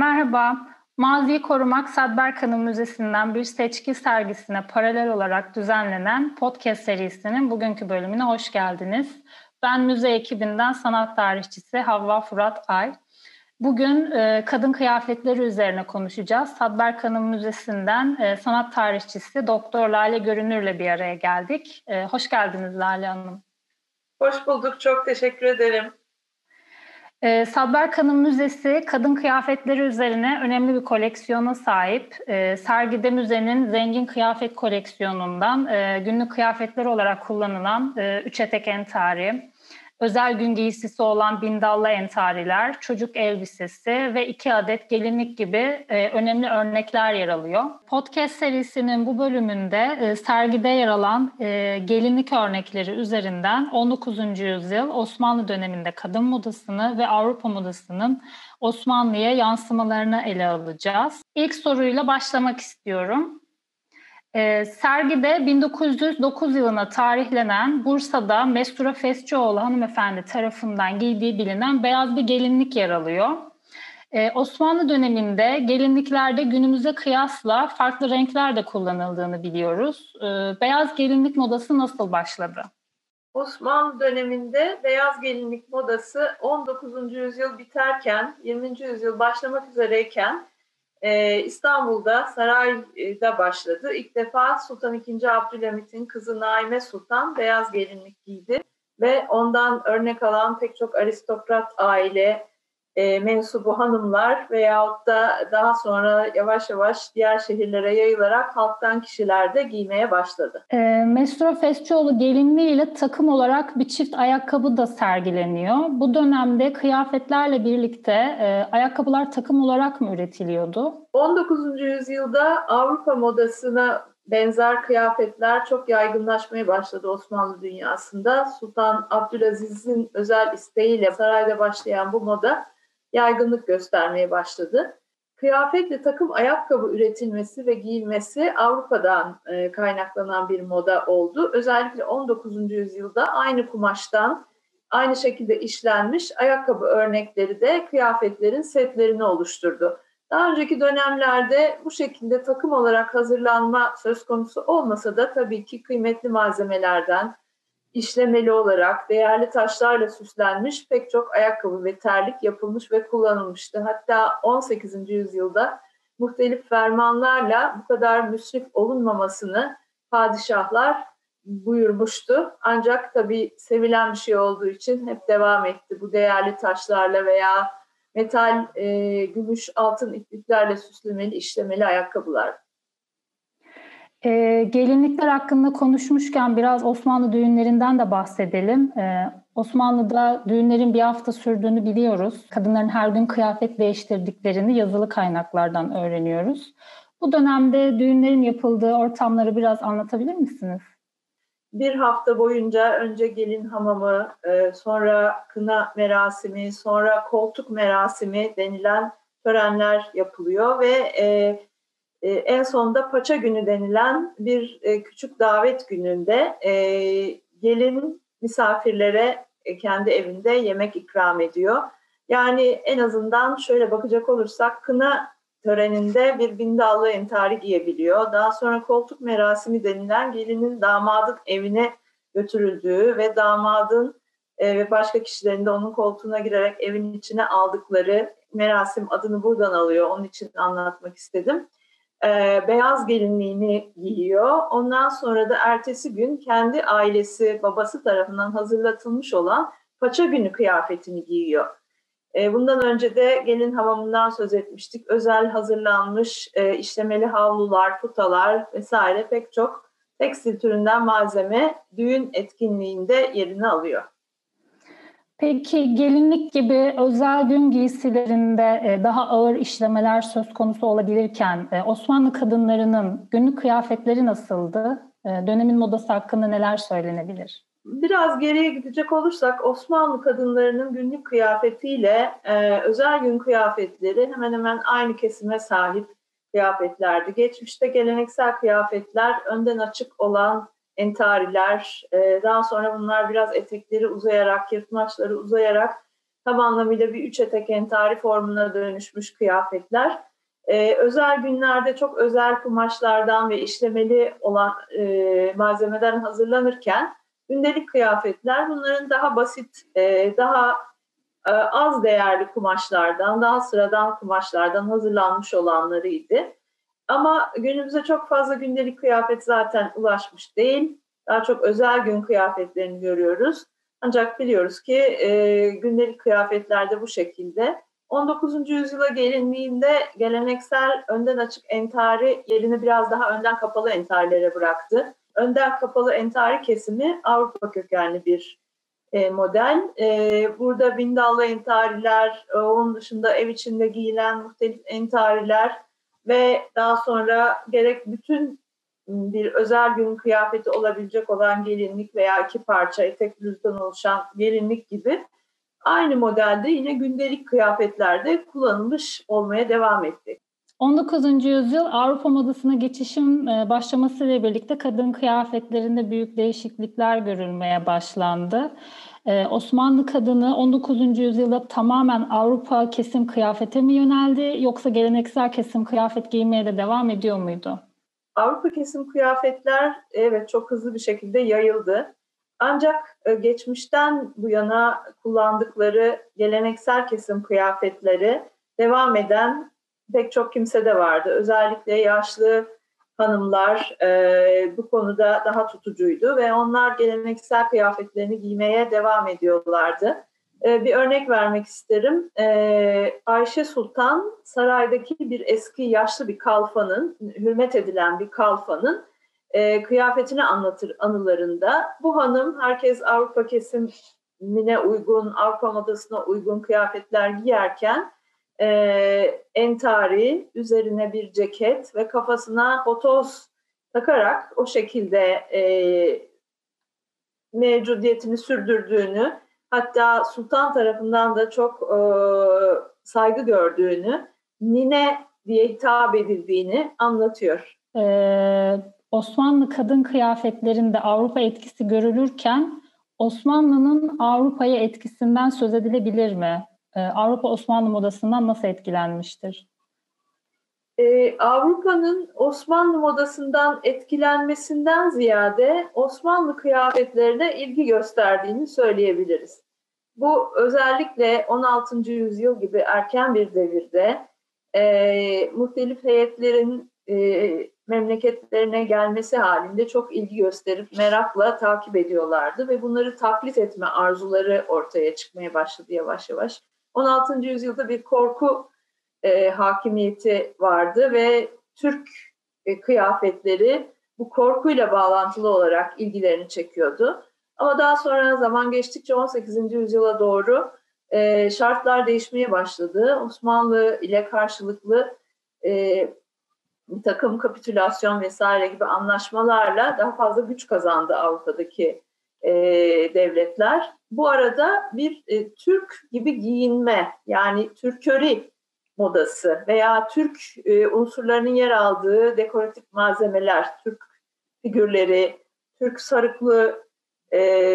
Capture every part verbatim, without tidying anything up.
Merhaba, Maziyi Korumak Sadberk Anı Müzesi'nden bir seçki sergisine paralel olarak düzenlenen podcast serisinin bugünkü bölümüne hoş geldiniz. Ben müze ekibinden sanat tarihçisi Havva Fırat Ay. Bugün e, kadın kıyafetleri üzerine konuşacağız. Sadberk Anı Müzesi'nden e, sanat tarihçisi Doktor Lale Görünür'le bir araya geldik. E, hoş geldiniz Lale Hanım. Hoş bulduk, çok teşekkür ederim. E, Sadberk Hanım Müzesi kadın kıyafetleri üzerine önemli bir koleksiyona sahip. E, sergide müzenin zengin kıyafet koleksiyonundan e, günlük kıyafetler olarak kullanılan e, üç etek entari, özel gün giysisi olan bindallı entariler, çocuk elbisesi ve iki adet gelinlik gibi e, önemli örnekler yer alıyor. Podcast serisinin bu bölümünde e, sergide yer alan e, gelinlik örnekleri üzerinden on dokuzuncu yüzyıl Osmanlı döneminde kadın modasını ve Avrupa modasının Osmanlı'ya yansımalarını ele alacağız. İlk soruyla başlamak istiyorum. E, sergide bin dokuz yüz dokuz yılına tarihlenen Bursa'da Mestura Fesçioğlu hanımefendi tarafından giydiği bilinen beyaz bir gelinlik yer alıyor. Ee, Osmanlı döneminde gelinliklerde günümüze kıyasla farklı renkler de kullanıldığını biliyoruz. Ee, beyaz gelinlik modası nasıl başladı? Osmanlı döneminde beyaz gelinlik modası on dokuzuncu yüzyıl biterken, yirminci yüzyıl başlamak üzereyken e, İstanbul'da, sarayda başladı. İlk defa Sultan ikinci. Abdülhamit'in kızı Naime Sultan beyaz gelinlik giydi ve ondan örnek alan pek çok aristokrat aile e, mensubu hanımlar veyahut da daha sonra yavaş yavaş diğer şehirlere yayılarak halktan kişiler de giymeye başladı. E, Mestura Fesçioğlu gelinliği ile takım olarak bir çift ayakkabı da sergileniyor. Bu dönemde kıyafetlerle birlikte e, ayakkabılar takım olarak mı üretiliyordu? on dokuzuncu yüzyılda Avrupa modasına benzer kıyafetler çok yaygınlaşmaya başladı Osmanlı dünyasında. Sultan Abdülaziz'in özel isteğiyle sarayda başlayan bu moda yaygınlık göstermeye başladı. Kıyafetle takım ayakkabı üretilmesi ve giyilmesi Avrupa'dan e, kaynaklanan bir moda oldu. Özellikle on dokuzuncu yüzyılda aynı kumaştan aynı şekilde işlenmiş ayakkabı örnekleri de kıyafetlerin setlerini oluşturdu. Daha önceki dönemlerde bu şekilde takım olarak hazırlanma söz konusu olmasa da tabii ki kıymetli malzemelerden, işlemeli olarak değerli taşlarla süslenmiş pek çok ayakkabı ve terlik yapılmış ve kullanılmıştı. Hatta on sekizinci yüzyılda muhtelif fermanlarla bu kadar müsrif olunmamasını padişahlar buyurmuştu. Ancak tabii sevilen bir şey olduğu için hep devam etti. Bu değerli taşlarla veya metal, e, gümüş, altın ipliklerle süslemeli, işlemeli ayakkabılar. E, gelinlikler hakkında konuşmuşken biraz Osmanlı düğünlerinden de bahsedelim. E, Osmanlı'da düğünlerin bir hafta sürdüğünü biliyoruz. Kadınların her gün kıyafet değiştirdiklerini yazılı kaynaklardan öğreniyoruz. Bu dönemde düğünlerin yapıldığı ortamları biraz anlatabilir misiniz? Bir hafta boyunca önce gelin hamamı, sonra kına merasimi, sonra koltuk merasimi denilen törenler yapılıyor ve en sonunda paça günü denilen bir küçük davet gününde gelin misafirlere kendi evinde yemek ikram ediyor. Yani en azından şöyle bakacak olursak kına töreninde bir bindallı entari giyebiliyor. Daha sonra koltuk merasimi denilen gelinin damadın evine götürüldüğü ve damadın e, ve başka kişilerin de onun koltuğuna girerek evin içine aldıkları merasim adını buradan alıyor. Onun için anlatmak istedim. E, beyaz gelinliğini giyiyor. Ondan sonra da ertesi gün kendi ailesi, babası tarafından hazırlatılmış olan paça günü kıyafetini giyiyor. Bundan önce de gelin hamamından söz etmiştik. Özel hazırlanmış e, işlemeli havlular, futalar vesaire pek çok tekstil türünden malzeme düğün etkinliğinde yerini alıyor. Peki gelinlik gibi özel gün giysilerinde daha ağır işlemeler söz konusu olabilirken Osmanlı kadınlarının günlük kıyafetleri nasıldı? Dönemin modası hakkında neler söylenebilir? Biraz geriye gidecek olursak Osmanlı kadınlarının günlük kıyafetiyle e, özel gün kıyafetleri hemen hemen aynı kesime sahip kıyafetlerdi. Geçmişte geleneksel kıyafetler önden açık olan entariler, e, daha sonra bunlar biraz etekleri uzayarak, yırtmaçları uzayarak tam anlamıyla bir üç etek entari formuna dönüşmüş kıyafetler. Ee, özel günlerde çok özel kumaşlardan ve işlemeli olan e, malzemeden hazırlanırken gündelik kıyafetler bunların daha basit, e, daha e, az değerli kumaşlardan, daha sıradan kumaşlardan hazırlanmış olanlarıydı. Ama günümüze çok fazla gündelik kıyafet zaten ulaşmış değil. Daha çok özel gün kıyafetlerini görüyoruz. Ancak biliyoruz ki e, gündelik kıyafetler de bu şekilde. on dokuzuncu yüzyıla gelindiğinde geleneksel önden açık entari yerini biraz daha önden kapalı entarilere bıraktı. Önden kapalı entari kesimi Avrupa kökenli bir e, model. E, burada bindallı entariler, e, onun dışında ev içinde giyilen muhtelif entariler ve daha sonra gerek bütün bir özel gün kıyafeti olabilecek olan gelinlik veya iki parça etek bluzdan oluşan gelinlik gibi aynı modelde yine gündelik kıyafetlerde kullanılmış olmaya devam etti. on dokuzuncu yüzyıl Avrupa modasına geçişin başlamasıyla birlikte kadın kıyafetlerinde büyük değişiklikler görülmeye başlandı. Ee, Osmanlı kadını on dokuzuncu yüzyılda tamamen Avrupa kesim kıyafete mi yöneldi yoksa geleneksel kesim kıyafet giymeye de devam ediyor muydu? Avrupa kesim kıyafetler evet çok hızlı bir şekilde yayıldı. Ancak geçmişten bu yana kullandıkları geleneksel kesim kıyafetleri devam eden pek çok kimse de vardı. Özellikle yaşlı hanımlar e, bu konuda daha tutucuydu ve onlar geleneksel kıyafetlerini giymeye devam ediyorlardı. E, bir örnek vermek isterim. E, Ayşe Sultan saraydaki bir eski yaşlı bir kalfanın, hürmet edilen bir kalfanın e, kıyafetini anlatır anılarında. Bu hanım herkes Avrupa kesimine uygun, Avrupa modasına uygun kıyafetler giyerken e, entari, üzerine bir ceket ve kafasına botoz takarak o şekilde e, mevcudiyetini sürdürdüğünü, hatta sultan tarafından da çok e, saygı gördüğünü, nine diye hitap edildiğini anlatıyor. Ee, Osmanlı kadın kıyafetlerinde Avrupa etkisi görülürken Osmanlı'nın Avrupa'ya etkisinden söz edilebilir mi? Ee, Avrupa Osmanlı modasından nasıl etkilenmiştir? Ee, Avrupa'nın Osmanlı modasından etkilenmesinden ziyade Osmanlı kıyafetlerine ilgi gösterdiğini söyleyebiliriz. Bu özellikle on altıncı yüzyıl gibi erken bir devirde e, muhtelif heyetlerin e, memleketlerine gelmesi halinde çok ilgi gösterip merakla takip ediyorlardı ve bunları taklit etme arzuları ortaya çıkmaya başladı yavaş yavaş. on altıncı yüzyılda bir korku e, hakimiyeti vardı ve Türk e, kıyafetleri bu korkuyla bağlantılı olarak ilgilerini çekiyordu. Ama daha sonra zaman geçtikçe on sekizinci yüzyıla doğru e, şartlar değişmeye başladı. Osmanlı ile karşılıklı e, bir takım kapitülasyon vesaire gibi anlaşmalarla daha fazla güç kazandı Avrupa'daki e, devletler. Bu arada bir e, Türk gibi giyinme, yani Türköri modası veya Türk e, unsurlarının yer aldığı dekoratif malzemeler, Türk figürleri, Türk sarıklı e,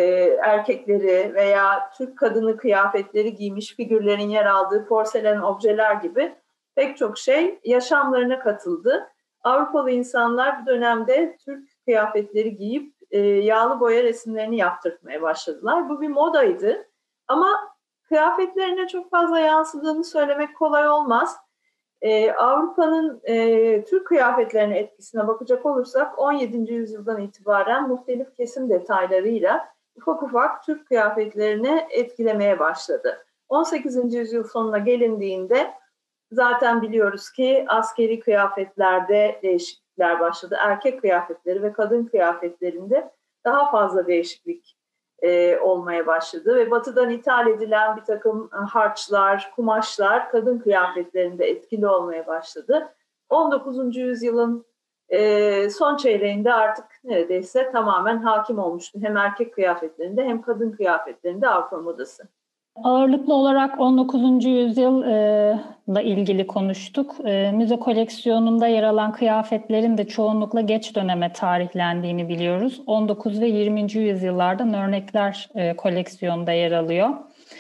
erkekleri veya Türk kadını kıyafetleri giymiş figürlerin yer aldığı porselen objeler gibi pek çok şey yaşamlarına katıldı. Avrupalı insanlar bu dönemde Türk kıyafetleri giyip e, yağlı boya resimlerini yaptırmaya başladılar. Bu bir modaydı ama kıyafetlerine çok fazla yansıdığını söylemek kolay olmaz. Ee, Avrupa'nın e, Türk kıyafetlerine etkisine bakacak olursak on yedinci yüzyıldan itibaren muhtelif kesim detaylarıyla ufak ufak Türk kıyafetlerini etkilemeye başladı. on sekizinci yüzyıl sonuna gelindiğinde zaten biliyoruz ki askeri kıyafetlerde değişiklikler başladı. Erkek kıyafetleri ve kadın kıyafetlerinde daha fazla değişiklik e, olmaya başladı ve batıdan ithal edilen bir takım harçlar, kumaşlar kadın kıyafetlerinde etkili olmaya başladı. on dokuzuncu yüzyılın e, son çeyreğinde artık neredeyse tamamen hakim olmuştu. Hem erkek kıyafetlerinde hem kadın kıyafetlerinde Avrupa modası. Ağırlıklı olarak on dokuzuncu yüzyılla ilgili konuştuk. Müze koleksiyonunda yer alan kıyafetlerin de çoğunlukla geç döneme tarihlendiğini biliyoruz. on dokuz ve yirminci yüzyıllardan örnekler koleksiyonda yer alıyor.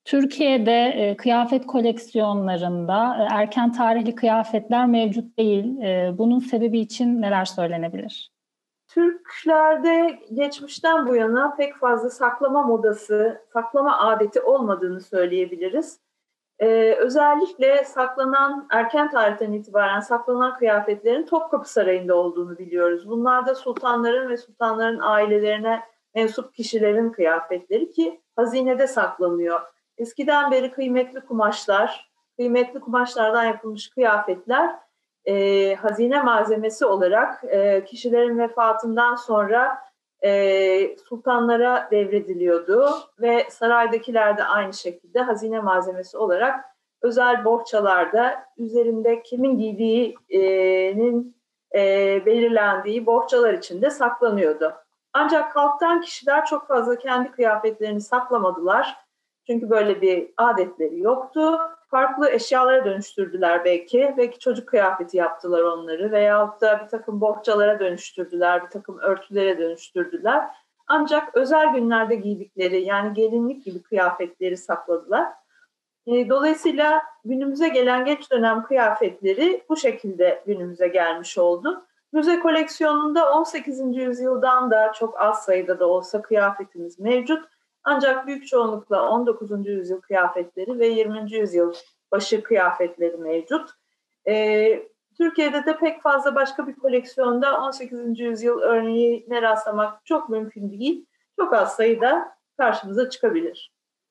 Türkiye'de e, kıyafet koleksiyonlarında e, erken tarihli kıyafetler mevcut değil. E, bunun sebebi için neler söylenebilir? Türklerde geçmişten bu yana pek fazla saklama modası, saklama adeti olmadığını söyleyebiliriz. Ee, özellikle saklanan, erken tarihten itibaren saklanan kıyafetlerin Topkapı Sarayı'nda olduğunu biliyoruz. Bunlar da sultanların ve sultanların ailelerine mensup kişilerin kıyafetleri ki hazinede saklanıyor. Eskiden beri kıymetli kumaşlar, kıymetli kumaşlardan yapılmış kıyafetler e, hazine malzemesi olarak e, kişilerin vefatından sonra e, sultanlara devrediliyordu ve saraydakiler de aynı şekilde hazine malzemesi olarak özel bohçalarda üzerinde kimin giydiğinin e, belirlendiği bohçalar içinde saklanıyordu. Ancak halktan kişiler çok fazla kendi kıyafetlerini saklamadılar. Çünkü böyle bir adetleri yoktu. Farklı eşyalara dönüştürdüler belki. Belki çocuk kıyafeti yaptılar onları veyahut da bir takım bohçalara dönüştürdüler, bir takım örtülere dönüştürdüler. Ancak özel günlerde giydikleri yani gelinlik gibi kıyafetleri sakladılar. Dolayısıyla günümüze gelen geç dönem kıyafetleri bu şekilde günümüze gelmiş oldu. Müze koleksiyonunda on sekizinci yüzyıldan da çok az sayıda da olsa kıyafetimiz mevcut. Ancak büyük çoğunlukla on dokuzuncu yüzyıl kıyafetleri ve yirminci yüzyıl başı kıyafetleri mevcut. Ee, Türkiye'de de pek fazla başka bir koleksiyonda on sekizinci yüzyıl örneğine rastlamak çok mümkün değil. Çok az sayıda karşımıza çıkabilir.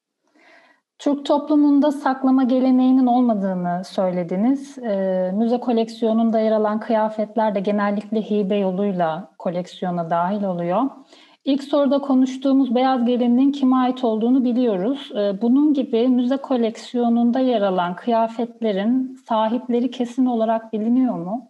Türk toplumunda saklama geleneğinin olmadığını söylediniz. E, müze koleksiyonunda yer alan kıyafetler de genellikle hibe yoluyla koleksiyona dahil oluyor. İlk soruda konuştuğumuz beyaz gelinliğin kime ait olduğunu biliyoruz. E, bunun gibi müze koleksiyonunda yer alan kıyafetlerin sahipleri kesin olarak biliniyor mu?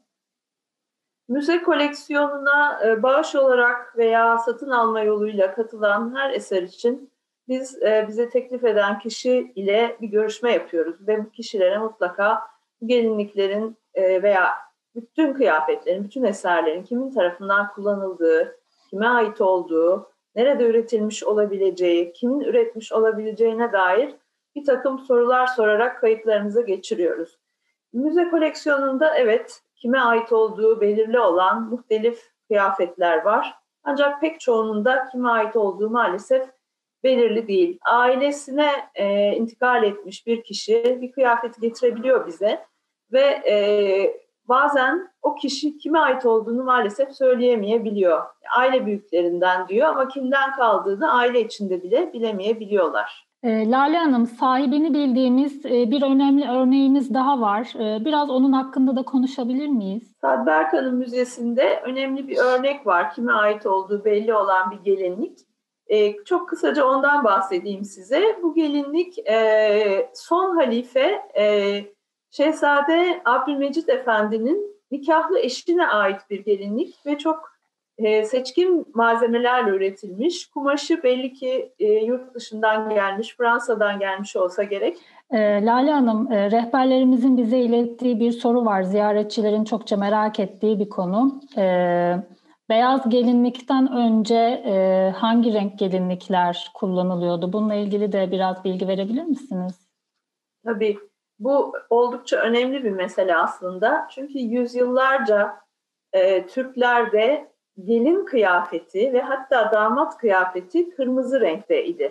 Müze koleksiyonuna e, bağış olarak veya satın alma yoluyla katılan her eser için biz e, bize teklif eden kişi ile bir görüşme yapıyoruz ve bu kişilere mutlaka gelinliklerin e, veya bütün kıyafetlerin, bütün eserlerin kimin tarafından kullanıldığı, kime ait olduğu, nerede üretilmiş olabileceği, kimin üretmiş olabileceğine dair bir takım sorular sorarak kayıtlarımıza geçiriyoruz. Müze koleksiyonunda evet kime ait olduğu belirli olan muhtelif kıyafetler var. Ancak pek çoğunun da kime ait olduğu maalesef belirli değil. Ailesine e, intikal etmiş bir kişi bir kıyafeti getirebiliyor bize ve e, bazen o kişi kime ait olduğunu maalesef söyleyemeyebiliyor. Aile büyüklerinden diyor ama kimden kaldığını aile içinde bile bilemeyebiliyorlar. Lale Hanım, sahibini bildiğimiz bir önemli örneğimiz daha var. Biraz onun hakkında da konuşabilir miyiz? Saad Berkan'ın müzesinde önemli bir örnek var. Kime ait olduğu belli olan bir gelinlik. Ee, çok kısaca ondan bahsedeyim size. Bu gelinlik e, son halife e, Şehzade Abdülmecit Efendi'nin nikahlı eşine ait bir gelinlik ve çok e, seçkin malzemelerle üretilmiş. Kumaşı belli ki e, yurt dışından gelmiş, Fransa'dan gelmiş olsa gerek. E, Lale Hanım, e, rehberlerimizin bize ilettiği bir soru var. Ziyaretçilerin çokça merak ettiği bir konu. E, beyaz gelinlikten önce e, hangi renk gelinlikler kullanılıyordu? Bununla ilgili de biraz bilgi verebilir misiniz? Tabii. Bu oldukça önemli bir mesele aslında. Çünkü yüzyıllarca e, Türklerde gelin kıyafeti ve hatta damat kıyafeti kırmızı renkte idi.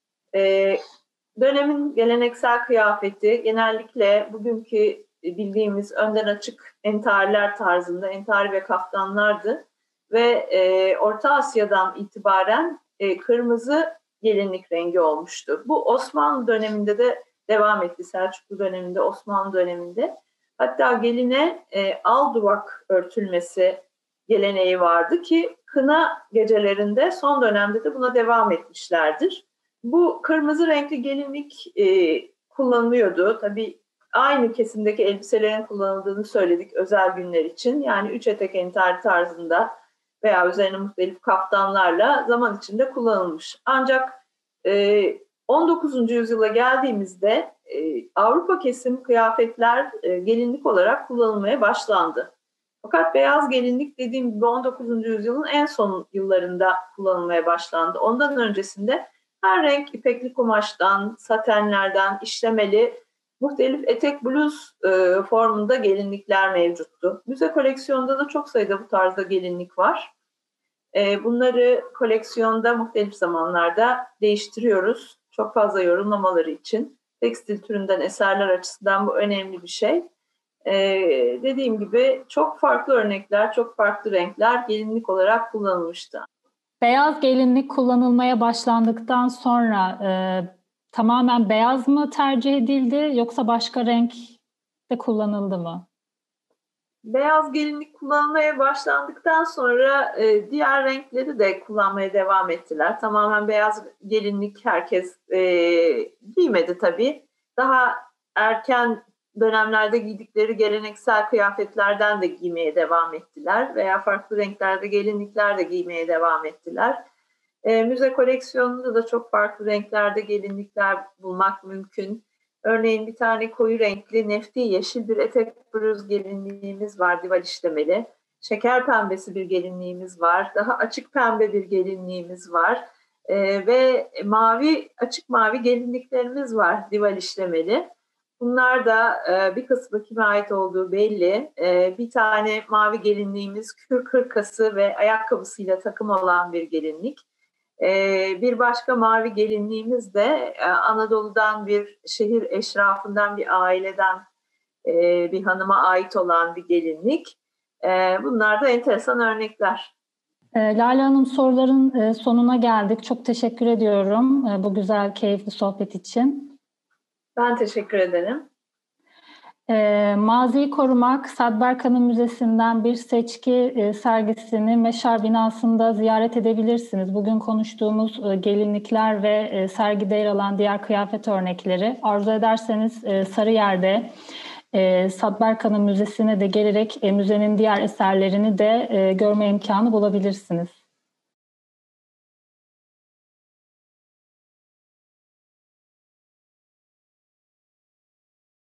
E, dönemin geleneksel kıyafeti genellikle bugünkü bildiğimiz önden açık entariler tarzında entari ve kaftanlardı. Ve e, Orta Asya'dan itibaren e, kırmızı gelinlik rengi olmuştu. Bu Osmanlı döneminde de devam etti. Selçuklu döneminde, Osmanlı döneminde. Hatta geline e, al duvak örtülmesi geleneği vardı ki kına gecelerinde son dönemde de buna devam etmişlerdir. Bu kırmızı renkli gelinlik e, kullanılıyordu. Tabii aynı kesimdeki elbiselerin kullanıldığını söyledik özel günler için. Yani üç etek entari tarzında veya üzerine muhtelif kaftanlarla zaman içinde kullanılmış. Ancak e, on dokuzuncu yüzyıla geldiğimizde e, Avrupa kesim kıyafetler e, gelinlik olarak kullanılmaya başlandı. Fakat beyaz gelinlik dediğim gibi on dokuzuncu yüzyılın en son yıllarında kullanılmaya başlandı. Ondan öncesinde her renk ipekli kumaştan, satenlerden işlemeli muhtelif etek bluz e, formunda gelinlikler mevcuttu. Müze koleksiyonunda da çok sayıda bu tarzda gelinlik var. E, bunları koleksiyonda muhtelif zamanlarda değiştiriyoruz. Çok fazla yorulmamaları için. Tekstil türünden eserler açısından bu önemli bir şey. Ee, dediğim gibi çok farklı örnekler, çok farklı renkler gelinlik olarak kullanılmıştı. Beyaz gelinlik kullanılmaya başlandıktan sonra e, tamamen beyaz mı tercih edildi yoksa başka renk de kullanıldı mı? Beyaz gelinlik kullanılmaya başlandıktan sonra e, diğer renkleri de kullanmaya devam ettiler. Tamamen beyaz gelinlik herkes e, giymedi tabii. Daha erken dönemlerde giydikleri geleneksel kıyafetlerden de giymeye devam ettiler veya farklı renklerde gelinlikler de giymeye devam ettiler. E, müze koleksiyonunda da çok farklı renklerde gelinlikler bulmak mümkün. Örneğin bir tane koyu renkli nefti yeşil bir etek bluz gelinliğimiz var, dival işlemeli. Şeker pembesi bir gelinliğimiz var. Daha açık pembe bir gelinliğimiz var. E, ve mavi, açık mavi gelinliklerimiz var, dival işlemeli. Bunlar da e, bir kısmı kime ait olduğu belli. E, bir tane mavi gelinliğimiz kürk hırkası ve ayakkabısıyla takım olan bir gelinlik. E, bir başka mavi gelinliğimiz de e, Anadolu'dan bir şehir eşrafından bir aileden e, bir hanıma ait olan bir gelinlik. E, bunlar da enteresan örnekler. E, Lale Hanım, soruların e, sonuna geldik. Çok teşekkür ediyorum e, bu güzel, keyifli sohbet için. Ben teşekkür ederim. E, Maziyi Korumak Sadberk Hanım Müzesi'nden bir seçki e, sergisini Meşar binasında ziyaret edebilirsiniz. Bugün konuştuğumuz e, gelinlikler ve e, sergide yer alan diğer kıyafet örnekleri. Arzu ederseniz e, Sarıyer'de e, Sadberk Hanım Müzesi'ne de gelerek e, müzenin diğer eserlerini de e, görme imkanı bulabilirsiniz.